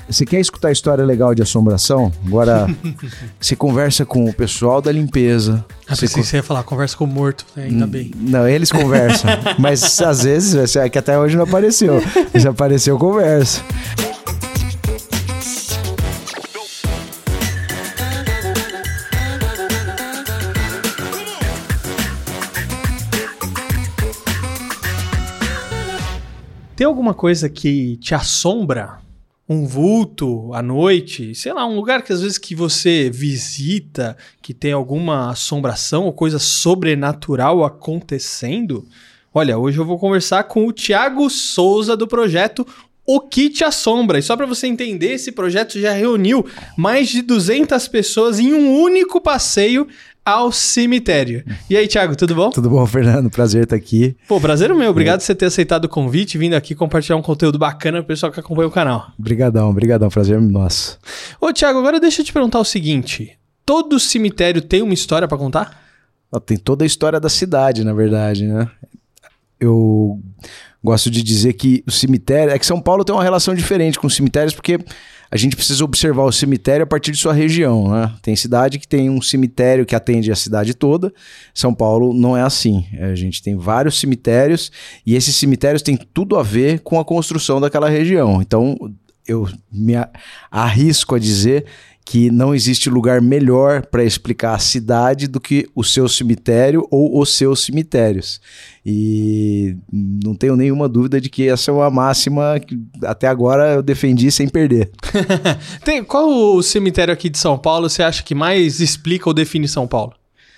Você quer escutar história legal de assombração? Agora, você conversa com o pessoal da limpeza. Você ia falar, conversa com o morto, né? Ainda bem. Não, eles conversam. Mas às vezes, é que até hoje não apareceu. Já apareceu, conversa. Tem alguma coisa que te assombra? Um vulto à noite? Sei lá, um lugar que às vezes que você visita, que tem alguma assombração ou coisa sobrenatural acontecendo? Olha, hoje eu vou conversar com o Thiago Souza do projeto O Que Te Assombra. E só para você entender, esse projeto já reuniu mais de 200 pessoas em um único passeio ao cemitério. E aí, Thiago, tudo bom? Tudo bom, Fernando? Prazer estar aqui. Pô, prazer é meu. Obrigado por você ter aceitado o convite, vindo aqui compartilhar um conteúdo bacana pro pessoal que acompanha o canal. Obrigadão. Prazer é nosso. Ô, Thiago, agora deixa eu te perguntar o seguinte. Todo cemitério tem uma história pra contar? Tem toda a história da cidade, na verdade, né? Eu gosto de dizer que o cemitério... É que São Paulo tem uma relação diferente com os cemitérios, porque a gente precisa observar o cemitério a partir de sua região, né? Tem cidade que tem um cemitério que atende a cidade toda. São Paulo não é assim. A gente tem vários cemitérios e esses cemitérios têm tudo a ver com a construção daquela região. Então, eu me arrisco a dizer que não existe lugar melhor para explicar a cidade do que o seu cemitério ou os seus cemitérios. E não tenho nenhuma dúvida de que essa é uma máxima que até agora eu defendi sem perder. Qual o cemitério aqui de São Paulo você acha que mais explica ou define São Paulo?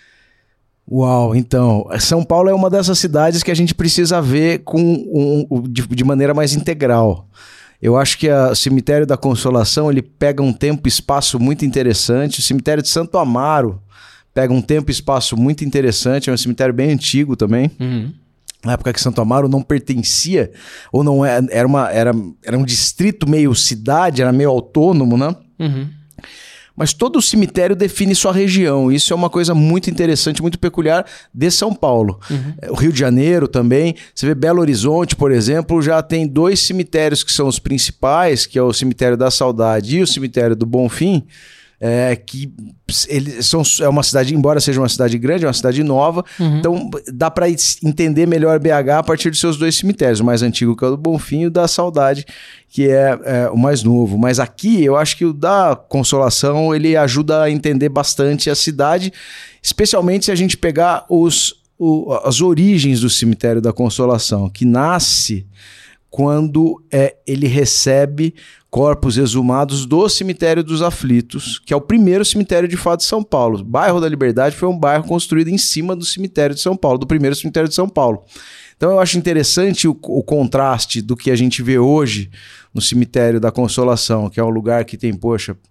Uau, então, São Paulo é uma dessas cidades que a gente precisa ver de maneira mais integral. Eu acho que o Cemitério da Consolação, ele pega um tempo e espaço muito interessante. O Cemitério de Santo Amaro pega um tempo e espaço muito interessante. É um cemitério bem antigo também. Uhum. Na época que Santo Amaro não pertencia, ou não era um distrito meio cidade, era meio autônomo, né? Uhum. Mas todo o cemitério define sua região. Isso é uma coisa muito interessante, muito peculiar de São Paulo. Uhum. O Rio de Janeiro também. Você vê Belo Horizonte, por exemplo, já tem 2 cemitérios que são os principais, que é o Cemitério da Saudade e o Cemitério do Bonfim, que é uma cidade, embora seja uma cidade grande, é uma cidade nova. Uhum. Então dá para entender melhor BH a partir dos seus 2 cemitérios, o mais antigo que é o do Bonfim e o da Saudade, que é o mais novo. Mas aqui eu acho que o da Consolação ele ajuda a entender bastante a cidade, especialmente se a gente pegar as origens do Cemitério da Consolação, que nasce quando ele recebe corpos exumados do Cemitério dos Aflitos, que é o primeiro cemitério de fato de São Paulo. O bairro da Liberdade foi um bairro construído em cima do cemitério de São Paulo, do primeiro cemitério de São Paulo. Então eu acho interessante o contraste do que a gente vê hoje no Cemitério da Consolação, que é um lugar que tem,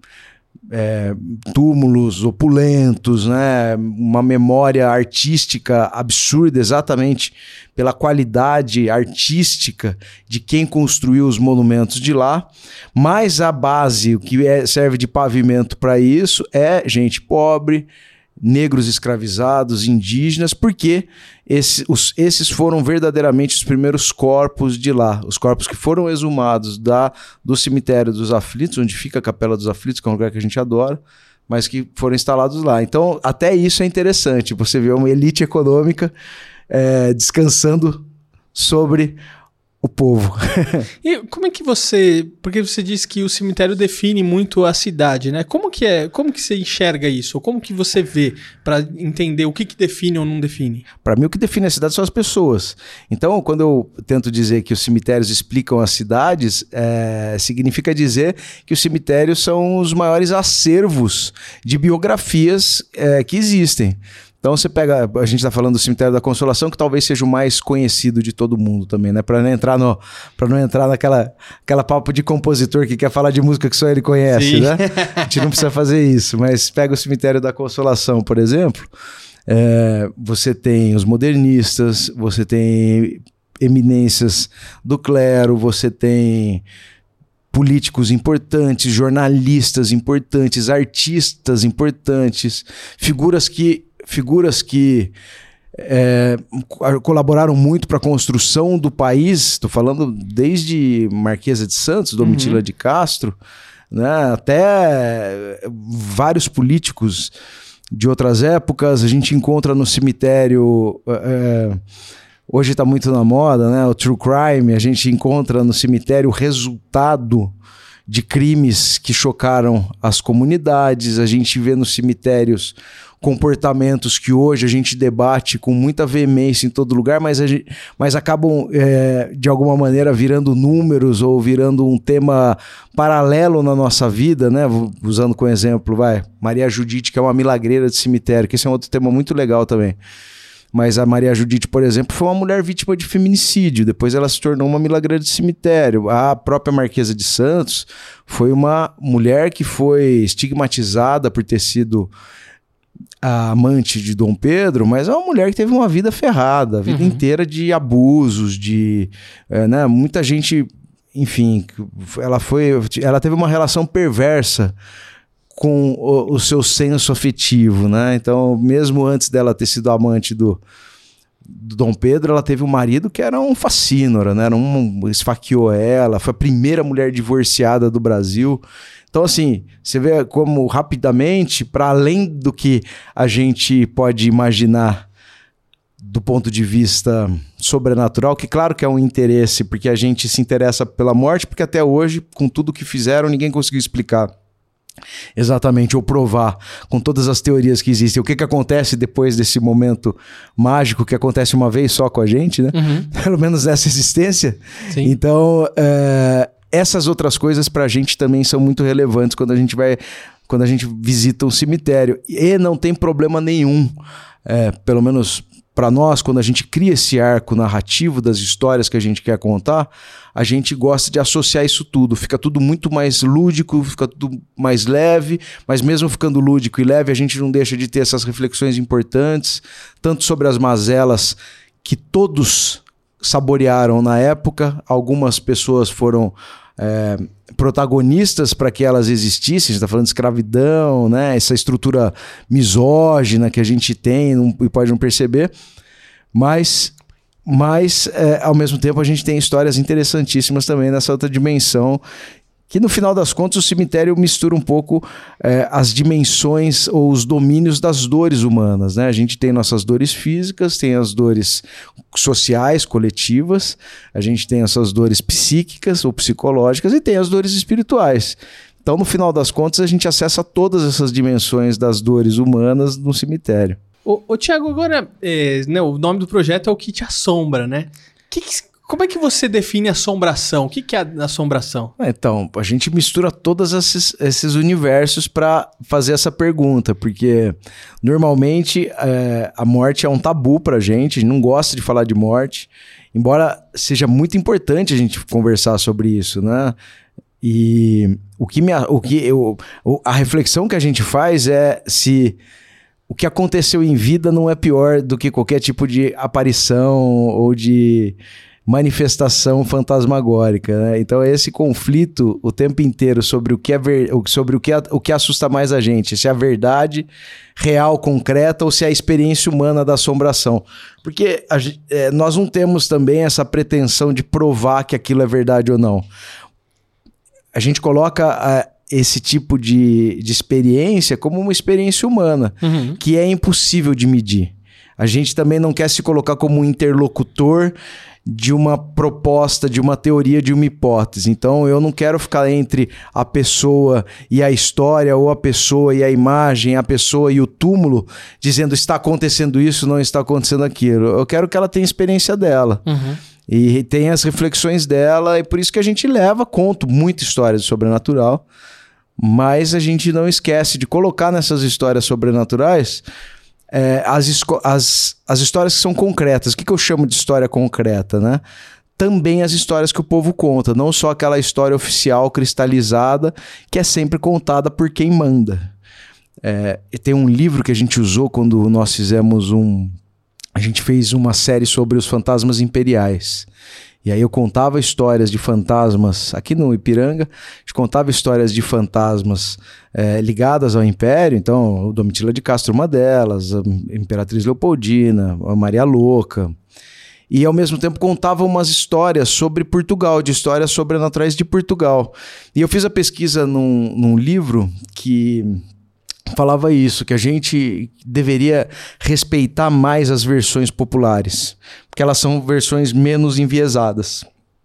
túmulos opulentos, né? Uma memória artística absurda, exatamente pela qualidade artística de quem construiu os monumentos de lá, mas a base, o que serve de pavimento para isso é gente pobre, negros escravizados, indígenas, porque esses foram verdadeiramente os primeiros corpos de lá, os corpos que foram exumados do Cemitério dos Aflitos, onde fica a Capela dos Aflitos, que é um lugar que a gente adora, mas que foram instalados lá. Então, até isso é interessante, você vê uma elite econômica descansando sobre o povo. E como é que porque você disse que o cemitério define muito a cidade, né? Como que você enxerga isso? Ou como que você vê para entender o que define ou não define? Para mim, o que define a cidade são as pessoas. Então, quando eu tento dizer que os cemitérios explicam as cidades, significa dizer que os cemitérios são os maiores acervos de biografias que existem. Então você pega, a gente está falando do Cemitério da Consolação, que talvez seja o mais conhecido de todo mundo também, né? Para não entrar naquela papo de compositor que quer falar de música que só ele conhece, sim, né? A gente não precisa fazer isso, mas pega o Cemitério da Consolação, por exemplo, você tem os modernistas, você tem eminências do clero, você tem políticos importantes, jornalistas importantes, artistas importantes, figuras que colaboraram muito para a construção do país. Estou falando desde Marquesa de Santos, Domitila de Castro, né, até vários políticos de outras épocas. A gente encontra no cemitério, hoje está muito na moda, né, o true crime. A gente encontra no cemitério o resultado de crimes que chocaram as comunidades. A gente vê nos cemitérios comportamentos que hoje a gente debate com muita veemência em todo lugar, mas acabam, de alguma maneira, virando números ou virando um tema paralelo na nossa vida, né? Usando como exemplo, Maria Judite, que é uma milagreira de cemitério, que esse é um outro tema muito legal também. Mas a Maria Judite, por exemplo, foi uma mulher vítima de feminicídio. Depois ela se tornou uma milagreira de cemitério. A própria Marquesa de Santos foi uma mulher que foi estigmatizada por ter sido a amante de Dom Pedro, mas é uma mulher que teve uma vida ferrada, a vida inteira de abusos, né? Muita gente, enfim, ela teve uma relação perversa com o seu senso afetivo, né? Então, mesmo antes dela ter sido amante do Dom Pedro, ela teve um marido que era um facínora, né? Esfaqueou ela, foi a primeira mulher divorciada do Brasil. Então, assim, você vê como rapidamente, para além do que a gente pode imaginar do ponto de vista sobrenatural, que claro que é um interesse, porque a gente se interessa pela morte, porque até hoje, com tudo que fizeram, ninguém conseguiu explicar exatamente, ou provar com todas as teorias que existem, o que acontece depois desse momento mágico que acontece uma vez só com a gente, né? Pelo menos nessa existência. Sim. Então, essas outras coisas pra gente também são muito relevantes quando a gente visita um cemitério. E não tem problema nenhum, pelo menos para nós, quando a gente cria esse arco narrativo das histórias que a gente quer contar, a gente gosta de associar isso tudo. Fica tudo muito mais lúdico, fica tudo mais leve, mas mesmo ficando lúdico e leve, a gente não deixa de ter essas reflexões importantes, tanto sobre as mazelas que todos saborearam na época. Algumas pessoas foram protagonistas para que elas existissem. A gente está falando de escravidão, né? Essa estrutura misógina que a gente tem e pode não perceber, mas ao mesmo tempo a gente tem histórias interessantíssimas também nessa outra dimensão, que no final das contas o cemitério mistura um pouco as dimensões ou os domínios das dores humanas, né? A gente tem nossas dores físicas, tem as dores sociais, coletivas, a gente tem essas dores psíquicas ou psicológicas e tem as dores espirituais. Então, no final das contas, a gente acessa todas essas dimensões das dores humanas no cemitério. Ô Tiago, agora, né, o nome do projeto é O Que Te Assombra, né? Como é que você define assombração? O que é assombração? Então, a gente mistura todos esses universos para fazer essa pergunta, porque normalmente a morte é um tabu pra gente, a gente não gosta de falar de morte, embora seja muito importante a gente conversar sobre isso, né? E a reflexão que a gente faz é se o que aconteceu em vida não é pior do que qualquer tipo de aparição ou de manifestação fantasmagórica, né? Então é esse conflito o tempo inteiro sobre o que o que assusta mais a gente, se é a verdade real, concreta, ou se é a experiência humana da assombração. Porque nós não temos também essa pretensão de provar que aquilo é verdade ou não. A gente coloca esse tipo de experiência como uma experiência humana, que é impossível de medir. A gente também não quer se colocar como um interlocutor de uma proposta, de uma teoria, de uma hipótese. Então eu não quero ficar entre a pessoa e a história, ou a pessoa e a imagem, a pessoa e o túmulo, dizendo está acontecendo isso, não está acontecendo aquilo. Eu quero que ela tenha a experiência dela. E tem as reflexões dela, e por isso que a gente conto muita história do sobrenatural, mas a gente não esquece de colocar nessas histórias sobrenaturais as histórias que são concretas. O que eu chamo de história concreta, né? Também as histórias que o povo conta, não só aquela história oficial cristalizada que é sempre contada por quem manda. Tem um livro que a gente usou quando nós fizemos a gente fez uma série sobre os fantasmas imperiais. E aí eu contava histórias de fantasmas, aqui no Ipiranga, a gente contava histórias de fantasmas ligadas ao Império, então o Domitila de Castro, uma delas, a Imperatriz Leopoldina, a Maria Louca, e ao mesmo tempo contava umas histórias sobre Portugal, de histórias sobrenaturais de Portugal. E eu fiz a pesquisa num livro que falava isso, que a gente deveria respeitar mais as versões populares, porque elas são versões menos enviesadas.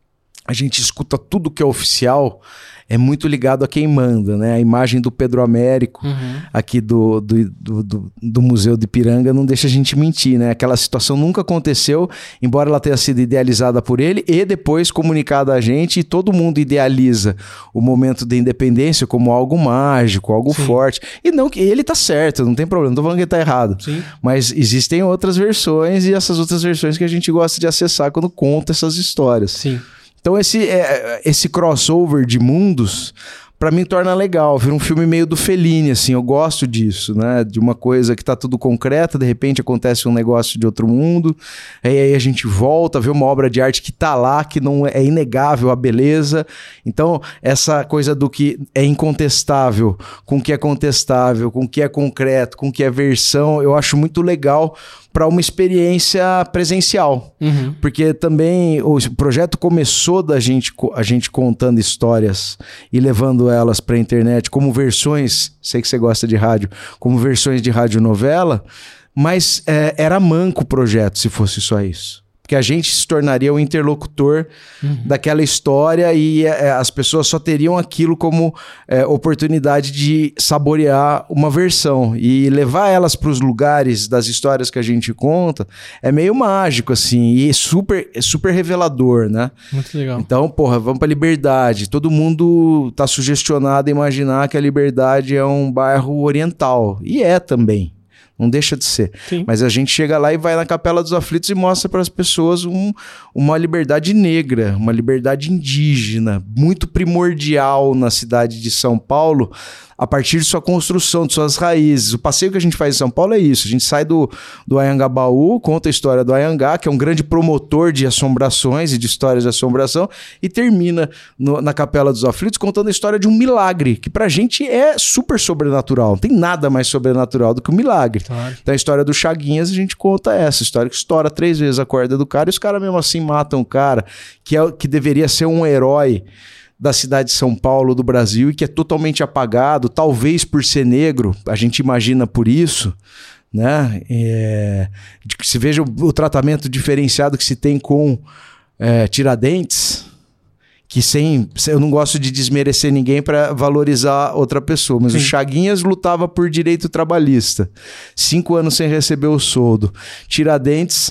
A gente escuta tudo que é oficial, é muito ligado a quem manda, né? A imagem do Pedro Américo, aqui do Museu de Ipiranga, não deixa a gente mentir, né? Aquela situação nunca aconteceu, embora ela tenha sido idealizada por ele e depois comunicada a gente, e todo mundo idealiza o momento da independência como algo mágico, algo forte. E não que ele tá certo, não tem problema, não tô falando que ele tá errado. Sim. Mas existem outras versões, e essas outras versões que a gente gosta de acessar quando conta essas histórias. Sim. Então esse crossover de mundos, pra mim, torna legal. Vira um filme meio do Fellini, assim. Eu gosto disso, né? De uma coisa que tá tudo concreta, de repente acontece um negócio de outro mundo, aí a gente volta, vê uma obra de arte que tá lá, que não é inegável a beleza. Então, essa coisa do que é incontestável, com o que é contestável, com o que é concreto, com o que é versão, eu acho muito legal para uma experiência presencial. Porque também o projeto começou a gente contando histórias e levando elas para a internet como versões, sei que você gosta de rádio, como versões de radionovela, mas era manco o projeto se fosse só isso. Porque a gente se tornaria o interlocutor daquela história e as pessoas só teriam aquilo como oportunidade de saborear uma versão. E levar elas para os lugares das histórias que a gente conta é meio mágico, assim, e super revelador, né? Muito legal. Então, porra, vamos para Liberdade. Todo mundo tá sugestionado a imaginar que a Liberdade é um bairro oriental. E é também. Não deixa de ser. Sim. Mas a gente chega lá e vai na Capela dos Aflitos e mostra para as pessoas uma liberdade negra, uma liberdade indígena, muito primordial na cidade de São Paulo, a partir de sua construção, de suas raízes. O passeio que a gente faz em São Paulo é isso. A gente sai do Anhangabaú, conta a história do Anhangá, que é um grande promotor de assombrações e de histórias de assombração, e termina na Capela dos Aflitos contando a história de um milagre, que pra gente é super sobrenatural. Não tem nada mais sobrenatural do que um milagre. Claro. Então a história do Chaguinhas, a gente conta essa história que estoura 3 vezes a corda do cara e os caras mesmo assim matam o cara, que deveria ser um herói da cidade de São Paulo, do Brasil, e que é totalmente apagado, talvez por ser negro, a gente imagina por isso, né? Se veja o tratamento diferenciado que se tem com Tiradentes, que eu não gosto de desmerecer ninguém para valorizar outra pessoa, mas Sim. O Chaguinhas lutava por direito trabalhista, 5 anos sem receber o soldo. Tiradentes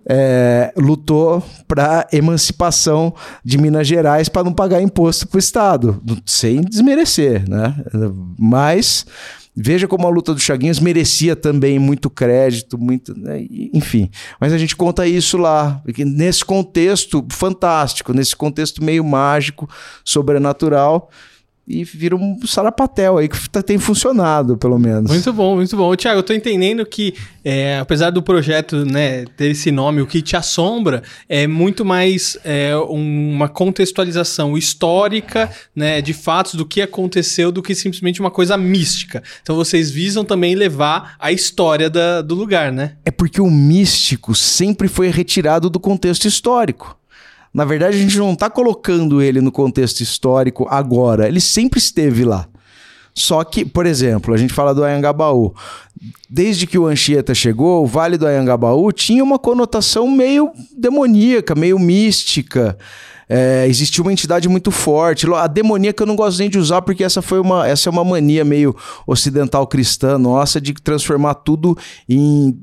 lutou para emancipação de Minas Gerais para não pagar imposto para o Estado, sem desmerecer, né? Mas veja como a luta do Chaguinhas merecia também muito crédito, muito, né? Enfim. Mas a gente conta isso lá, nesse contexto fantástico, nesse contexto meio mágico, sobrenatural. E vira um sarapatel aí que tem funcionado, pelo menos. Muito bom, muito bom. Thiago, eu tô entendendo que, apesar do projeto, né, ter esse nome, o que te assombra, é muito mais uma contextualização histórica, né, de fatos do que aconteceu do que simplesmente uma coisa mística. Então vocês visam também levar a história do lugar, né? É porque o místico sempre foi retirado do contexto histórico. Na verdade, a gente não está colocando ele no contexto histórico agora. Ele sempre esteve lá. Só que, por exemplo, a gente fala do Anhangabaú. Desde que o Anchieta chegou, o Vale do Anhangabaú tinha uma conotação meio demoníaca, meio mística. Existia uma entidade muito forte. A demoníaca eu não gosto nem de usar, porque essa é uma mania meio ocidental cristã nossa de transformar tudo em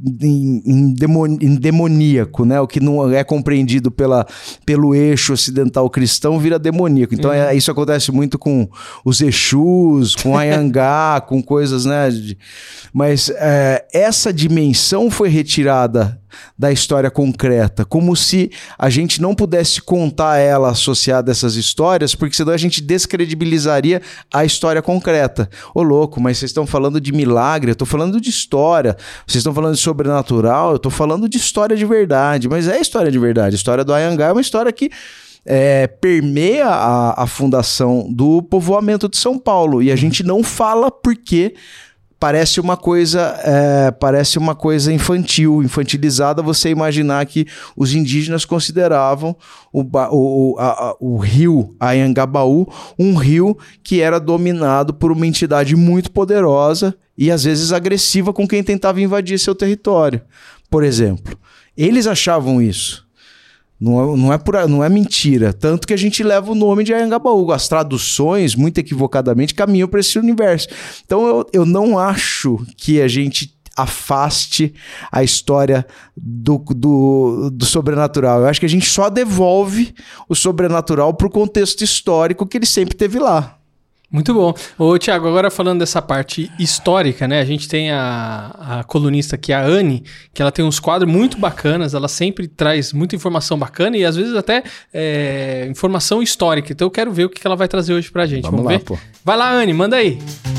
demoníaco, né? O que não é compreendido pelo eixo ocidental cristão vira demoníaco. Então isso acontece muito com os Exus, com Anhangá, com coisas, né? Mas essa dimensão foi retirada da história concreta, como se a gente não pudesse contar ela associada a essas histórias, porque senão a gente descredibilizaria a história concreta. Ô louco, mas vocês estão falando de milagre, eu estou falando de história, vocês estão falando de sobrenatural, eu estou falando de história de verdade, mas é história de verdade. A história do Anhangá é uma história que permeia a fundação do povoamento de São Paulo, e a gente não fala porque parece uma coisa infantilizada você imaginar que os indígenas consideravam o rio Anhangabaú um rio que era dominado por uma entidade muito poderosa e às vezes agressiva com quem tentava invadir seu território, por exemplo. Eles achavam isso. Não é mentira. Tanto que a gente leva o nome de Anhangabaú. As traduções, muito equivocadamente, caminham para esse universo. Então eu não acho que a gente afaste a história do sobrenatural. Eu acho que a gente só devolve o sobrenatural para o contexto histórico que ele sempre teve lá. Muito bom. Ô, Thiago, agora falando dessa parte histórica, né? A gente tem a colunista aqui, a Anne, que ela tem uns quadros muito bacanas, ela sempre traz muita informação bacana e às vezes até informação histórica. Então eu quero ver o que ela vai trazer hoje pra gente. Vamos lá, ver? Pô. Vai lá, Anne, manda aí.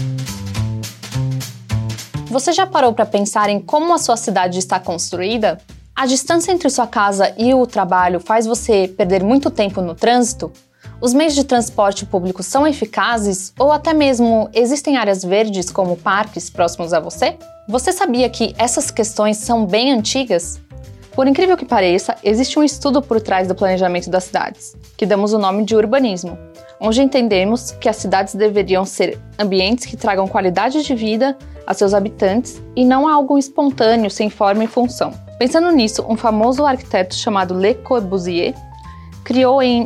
Você já parou para pensar em como a sua cidade está construída? A distância entre sua casa e o trabalho faz você perder muito tempo no trânsito? Os meios de transporte público são eficazes ou até mesmo existem áreas verdes como parques próximos a você? Você sabia que essas questões são bem antigas? Por incrível que pareça, existe um estudo por trás do planejamento das cidades, que damos o nome de urbanismo, onde entendemos que as cidades deveriam ser ambientes que tragam qualidade de vida a seus habitantes e não algo espontâneo, sem forma e função. Pensando nisso, um famoso arquiteto chamado Le Corbusier criou em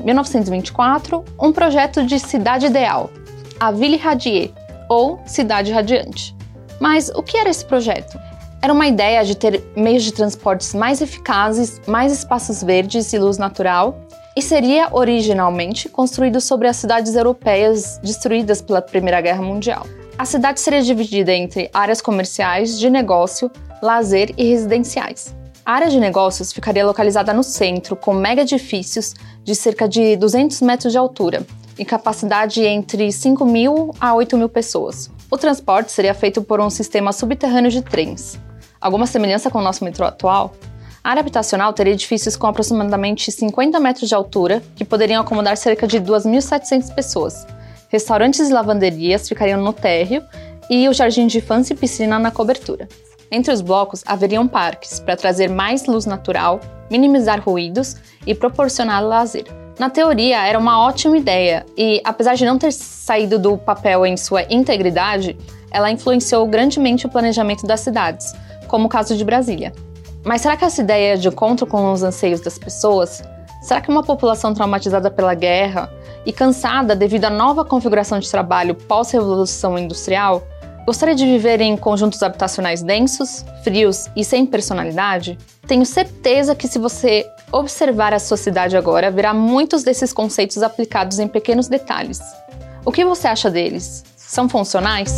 1924 um projeto de cidade ideal, a Ville Radiée, ou Cidade Radiante. Mas o que era esse projeto? Era uma ideia de ter meios de transportes mais eficazes, mais espaços verdes e luz natural, e seria originalmente construído sobre as cidades europeias destruídas pela Primeira Guerra Mundial. A cidade seria dividida entre áreas comerciais, de negócio, lazer e residenciais. A área de negócios ficaria localizada no centro, com mega edifícios de cerca de 200 metros de altura e capacidade entre 5.000 a 8.000 pessoas. O transporte seria feito por um sistema subterrâneo de trens. Alguma semelhança com o nosso metrô atual? A área habitacional teria edifícios com aproximadamente 50 metros de altura, que poderiam acomodar cerca de 2.700 pessoas. Restaurantes e lavanderias ficariam no térreo e o jardim de infância e piscina na cobertura. Entre os blocos haveriam parques para trazer mais luz natural, minimizar ruídos e proporcionar lazer. Na teoria, era uma ótima ideia e, apesar de não ter saído do papel em sua integridade, ela influenciou grandemente o planejamento das cidades, como o caso de Brasília. Mas será que essa ideia é de encontro com os anseios das pessoas? Será que uma população traumatizada pela guerra e cansada devido à nova configuração de trabalho pós-revolução industrial gostaria de viver em conjuntos habitacionais densos, frios e sem personalidade? Tenho certeza que se você observar a sua cidade agora, verá muitos desses conceitos aplicados em pequenos detalhes. O que você acha deles? São funcionais?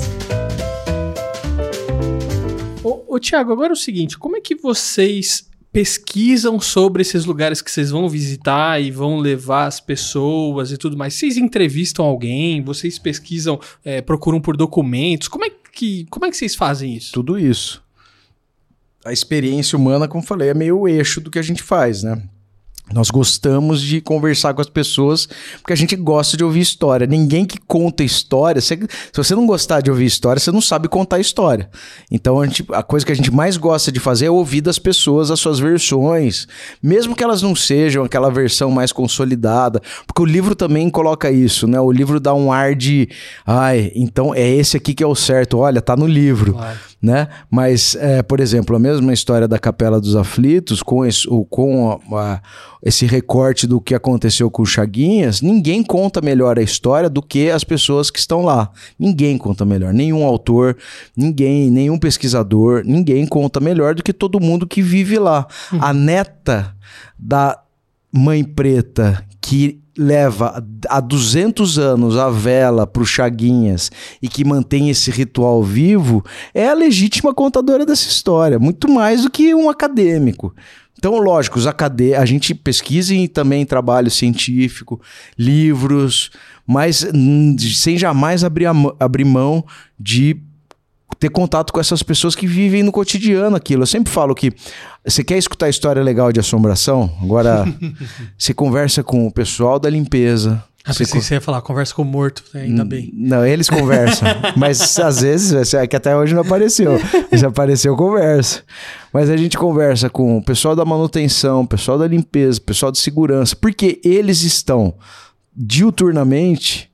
Ô Thiago, agora é o seguinte, como é que vocês pesquisam sobre esses lugares que vocês vão visitar e vão levar as pessoas e tudo mais? Vocês entrevistam alguém? Vocês pesquisam, procuram por documentos? Como é que vocês fazem isso? Tudo isso. A experiência humana, como falei, é meio o eixo do que a gente faz, né? Nós gostamos de conversar com as pessoas porque a gente gosta de ouvir história. Ninguém que conta história... Se você não gostar de ouvir história, você não sabe contar história. Então, a coisa que a gente mais gosta de fazer é ouvir das pessoas as suas versões. Mesmo que elas não sejam aquela versão mais consolidada. Porque o livro também coloca isso, né? O livro dá um ar de... então é esse aqui que é o certo. Olha, tá no livro. Claro. Né? Mas, por exemplo, a mesma história da Capela dos Aflitos, com esse recorte do que aconteceu com o Chaguinhas, ninguém conta melhor a história do que as pessoas que estão lá. Ninguém conta melhor. Nenhum autor, nenhum pesquisador, ninguém conta melhor do que todo mundo que vive lá. A neta da Mãe Preta, que leva há 200 anos a vela pro Chaguinhas e que mantém esse ritual vivo, é a legítima contadora dessa história, muito mais do que um acadêmico. Então, lógico, a gente pesquisa em também trabalho científico, livros, mas sem jamais abrir mão de ter contato com essas pessoas que vivem no cotidiano aquilo. Eu sempre falo que você quer escutar história legal de assombração? Agora, você conversa com o pessoal da limpeza. Você ia falar, conversa com o morto, ainda bem. Não, eles conversam. Mas às vezes, é que até hoje não apareceu. Se apareceu, conversa. Mas a gente conversa com o pessoal da manutenção, o pessoal da limpeza, o pessoal de segurança, porque eles estão diuturnamente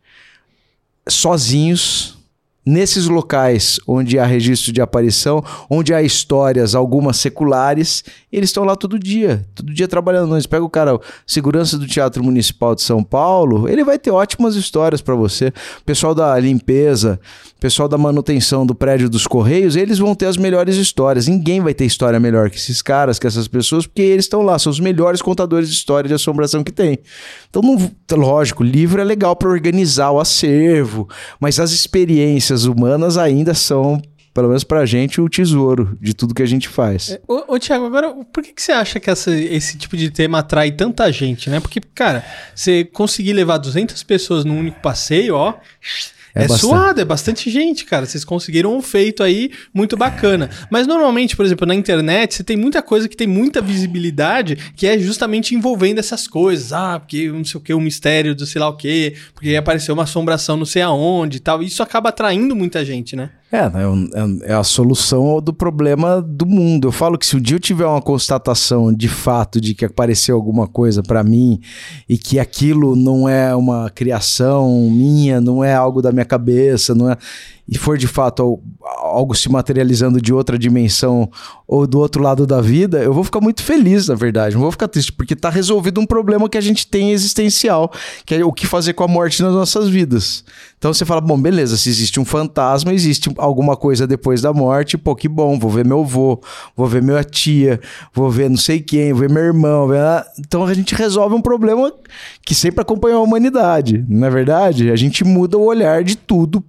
sozinhos nesses locais onde há registro de aparição, onde há histórias, algumas seculares, eles estão lá todo dia trabalhando. Nós pega o cara, segurança do Teatro Municipal de São Paulo, ele vai ter ótimas histórias para você. Pessoal da limpeza, pessoal da manutenção do prédio dos Correios, eles vão ter as melhores histórias. Ninguém vai ter história melhor que esses caras, que essas pessoas, porque eles estão lá, são os melhores contadores de história de assombração que tem. Então, lógico, livro é legal para organizar o acervo, mas as experiências humanas ainda são, pelo menos pra gente, o tesouro de tudo que a gente faz. Ô Thiago, agora, por que você acha que esse tipo de tema atrai tanta gente, né? Porque, cara, você conseguir levar 200 pessoas num único passeio, ó... É suado, é bastante gente, cara. Vocês conseguiram um feito aí muito bacana. Mas normalmente, por exemplo, na internet, você tem muita coisa que tem muita visibilidade, que é justamente envolvendo essas coisas. Ah, porque não sei o que, o mistério do sei lá o que, porque apareceu uma assombração não sei aonde e tal. Isso acaba atraindo muita gente, né? É a solução do problema do mundo. Eu falo que se um dia eu tiver uma constatação de fato de que apareceu alguma coisa pra mim e que aquilo não é uma criação minha, não é algo da minha cabeça, não é, e for de fato algo se materializando de outra dimensão ou do outro lado da vida, eu vou ficar muito feliz, na verdade. Não vou ficar triste, porque tá resolvido um problema que a gente tem existencial, que é o que fazer com a morte nas nossas vidas. Então você fala, bom, beleza, se existe um fantasma, existe alguma coisa depois da morte, pô, que bom, vou ver meu avô, vou ver minha tia, vou ver não sei quem, vou ver meu irmão. Então a gente resolve um problema que sempre acompanhou a humanidade, não é verdade? A gente muda o olhar de tudo,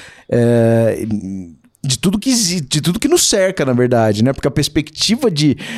de tudo que nos cerca, na verdade, né? Porque a perspectiva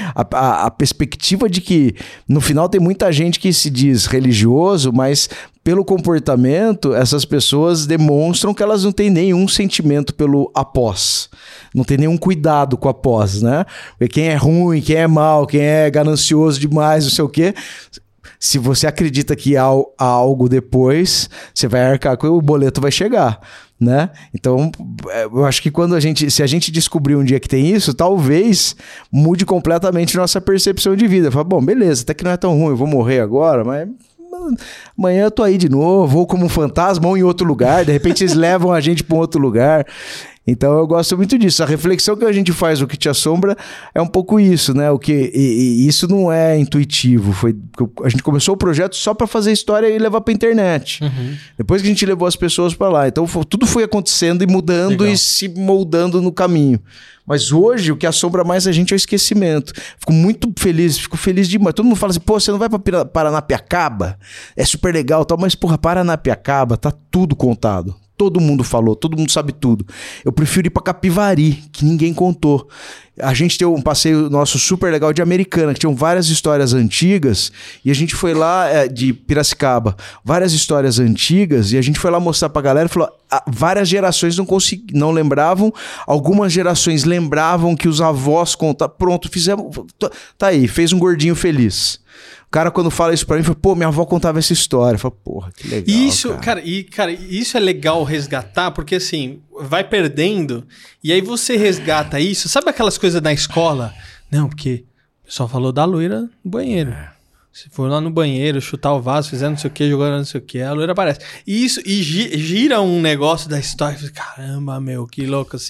de que no final tem muita gente que se diz religioso, mas pelo comportamento essas pessoas demonstram que elas não têm nenhum sentimento pelo após, não tem nenhum cuidado com o após, né? Porque quem é ruim, quem é mau, quem é ganancioso demais, não sei o quê, se você acredita que há algo depois, você vai arcar com o boleto, vai chegar, né? Então, eu acho que se a gente descobrir um dia que tem isso, talvez mude completamente nossa percepção de vida. Fala, bom, beleza, até que não é tão ruim, eu vou morrer agora, mas amanhã eu tô aí de novo, vou como um fantasma ou em outro lugar, de repente eles levam a gente para um outro lugar. Então eu gosto muito disso. A reflexão que a gente faz, o que te assombra, é um pouco isso, né? E isso não é intuitivo. A gente começou o projeto só para fazer história e levar para internet. Uhum. Depois que a gente levou as pessoas para lá. Então tudo foi acontecendo e mudando. Legal. E se moldando no caminho. Mas hoje o que assombra mais a gente é o esquecimento. Fico muito feliz, fico feliz demais. Todo mundo fala assim, pô, você não vai para Paranapiacaba? É super legal, tal, mas porra, Paranapiacaba tá tudo contado. Todo mundo falou, todo mundo sabe tudo. Eu prefiro ir pra Capivari, que ninguém contou. A gente tem um passeio nosso super legal de Americana, que tinham várias histórias antigas, e a gente foi lá, de Piracicaba, várias histórias antigas, e a gente foi lá mostrar pra galera e falou, várias gerações não lembravam, algumas gerações lembravam que os avós contavam. Pronto, fizemos, tá aí, fez um gordinho feliz. O cara, quando fala isso pra mim, fala, pô, minha avó contava essa história. Fala, porra, que legal. Isso, cara, isso é legal resgatar, porque assim, vai perdendo, e aí você resgata isso. Sabe aquelas coisas da escola? Não, porque o pessoal falou da loira no banheiro. Se for lá no banheiro, chutar o vaso, fizer não sei o que, jogar não sei o que, a loira aparece. E isso, gira um negócio da história. Caramba, meu, que louco assim.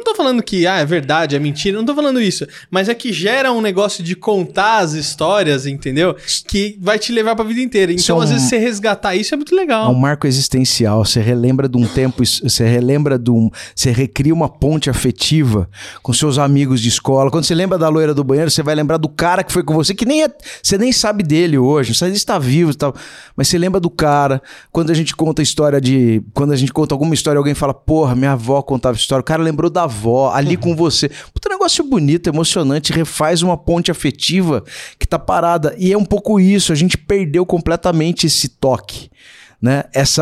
tô falando que é verdade, é mentira, não tô falando isso. Mas é que gera um negócio de contar as histórias, entendeu? Que vai te levar pra vida inteira. Então, às vezes, você resgatar isso é muito legal. É um marco existencial. Você relembra de um tempo, você recria uma ponte afetiva com seus amigos de escola. Quando você lembra da loira do banheiro, você vai lembrar do cara que foi com você, que você nem sabe dele hoje, você nem está vivo e tal. Mas você lembra do cara. Quando a gente conta alguma história, alguém fala, porra, minha avó contava história, o cara lembrou da avó, ali com você. Puta, negócio bonito, emocionante, refaz uma ponte afetiva que tá parada. E é um pouco isso, a gente perdeu completamente esse toque, né?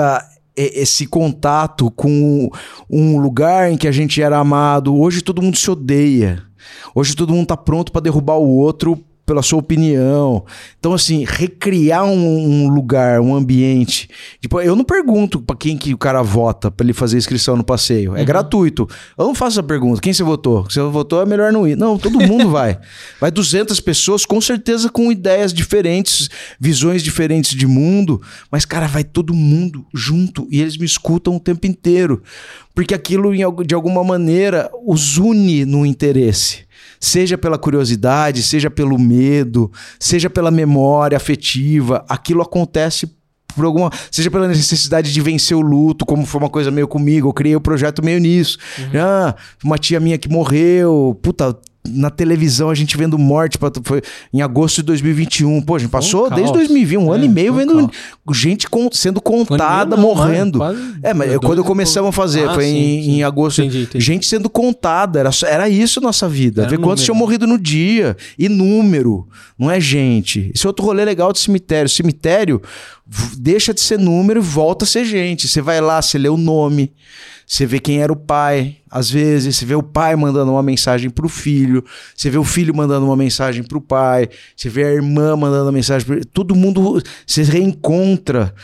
Esse contato com um lugar em que a gente era amado. Hoje todo mundo se odeia. Hoje todo mundo tá pronto para derrubar o outro pela sua opinião. Então, assim, recriar um lugar, um ambiente. Tipo, eu não pergunto pra quem que o cara vota pra ele fazer inscrição no passeio. É gratuito. Eu não faço essa pergunta. Quem você votou? Se você votou, é melhor não ir. Não, todo mundo vai. Vai 200 pessoas, com certeza com ideias diferentes, visões diferentes de mundo. Mas, cara, vai todo mundo junto e eles me escutam o tempo inteiro. Porque aquilo, de alguma maneira, os une no interesse. Seja pela curiosidade, seja pelo medo, seja pela memória afetiva, aquilo acontece por seja pela necessidade de vencer o luto, como foi uma coisa meio comigo, eu criei o projeto meio nisso. Uma tia minha que morreu, puta, na televisão a gente vendo morte, foi em agosto de 2021. Pô, a gente passou desde 2020, um ano e meio vendo gente sendo contada, morrendo. Mas quando começamos a fazer, foi em agosto. Entendi. Gente sendo contada, era isso a nossa vida. Ver quantos tinham morrido no dia. E número, não é gente. Esse é outro rolê legal de cemitério. Cemitério deixa de ser número e volta a ser gente. Você vai lá, você lê o nome, você vê quem era o pai. Às vezes, você vê o pai mandando uma mensagem pro filho, você vê o filho mandando uma mensagem pro pai, você vê a irmã mandando uma mensagem pro... Todo mundo se reencontra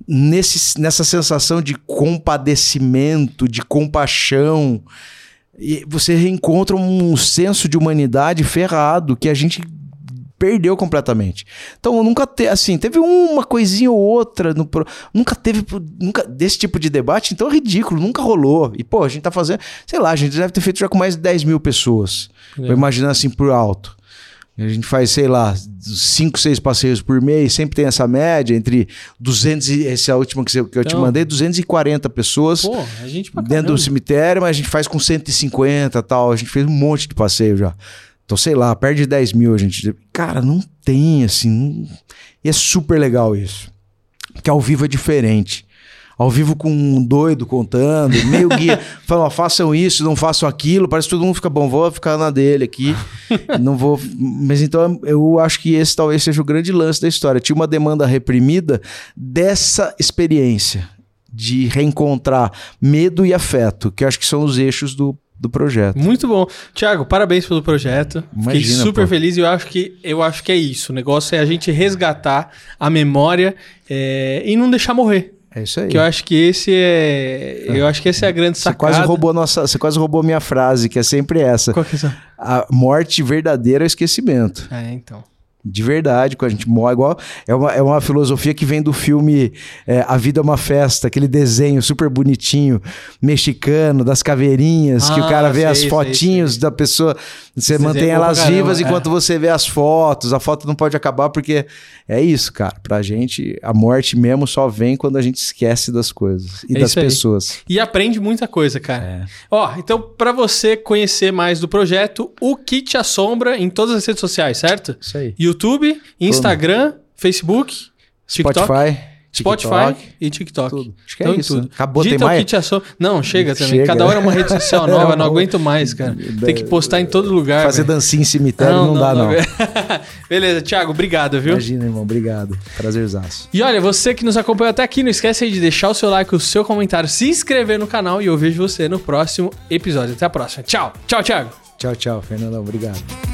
nessa sensação de compadecimento, de compaixão. E você reencontra um senso de humanidade ferrado que a gente perdeu completamente. Então, nunca teve uma coisinha ou outra, nunca desse tipo de debate, então é ridículo, nunca rolou. E, pô, a gente tá fazendo, sei lá, a gente deve ter feito já com mais de 10 mil pessoas. Vou imaginar assim por alto. A gente faz, sei lá, 5, 6 passeios por mês, sempre tem essa média entre 200 e essa última que eu te mandei, 240 pessoas dentro do cemitério, mas a gente faz com 150 e tal, a gente fez um monte de passeio já. Então, sei lá, perto de 10 mil a gente... Cara, não tem, assim... E é super legal isso. Porque ao vivo é diferente. Ao vivo com um doido contando, meio guia, falando, façam isso, não façam aquilo, parece que todo mundo fica, bom, vou ficar na dele aqui, não vou... Mas então, eu acho que esse talvez seja o grande lance da história. Tinha uma demanda reprimida dessa experiência de reencontrar medo e afeto, que eu acho que são os eixos do projeto. Muito bom. Thiago, parabéns pelo projeto. Fiquei super feliz e eu acho que é isso. O negócio é a gente resgatar a memória e não deixar morrer. É isso aí. Que eu acho que essa é a grande sacada. Você quase roubou minha frase, que é sempre essa. Qual que é essa? A morte verdadeira é o esquecimento. Então. De verdade, quando a gente morre, igual é uma filosofia que vem do filme A Vida é uma Festa, aquele desenho super bonitinho, mexicano, das caveirinhas, que o cara vê as fotinhos da pessoa, você mantém elas vivas enquanto você vê as fotos, a foto não pode acabar porque é isso, cara, pra gente a morte mesmo só vem quando a gente esquece das coisas e das pessoas. E aprende muita coisa, cara. Então pra você conhecer mais do projeto, o Que Te Assombra em todas as redes sociais, certo? Isso aí. YouTube, Instagram, Facebook, Spotify e TikTok. Tudo. Acho que é isso. Tudo. Acabou, tem mais? Não, chega também. Cada hora é uma rede social nova, não aguento mais, cara. Tem que postar em todo lugar. Fazer dancinha em cemitério não dá, não. Beleza, Thiago, obrigado, viu? Imagina, irmão, obrigado. Prazerzaço. E olha, você que nos acompanhou até aqui, não esquece aí de deixar o seu like, o seu comentário, se inscrever no canal e eu vejo você no próximo episódio. Até a próxima. Tchau. Tchau, Thiago. Tchau, Fernandão. Obrigado.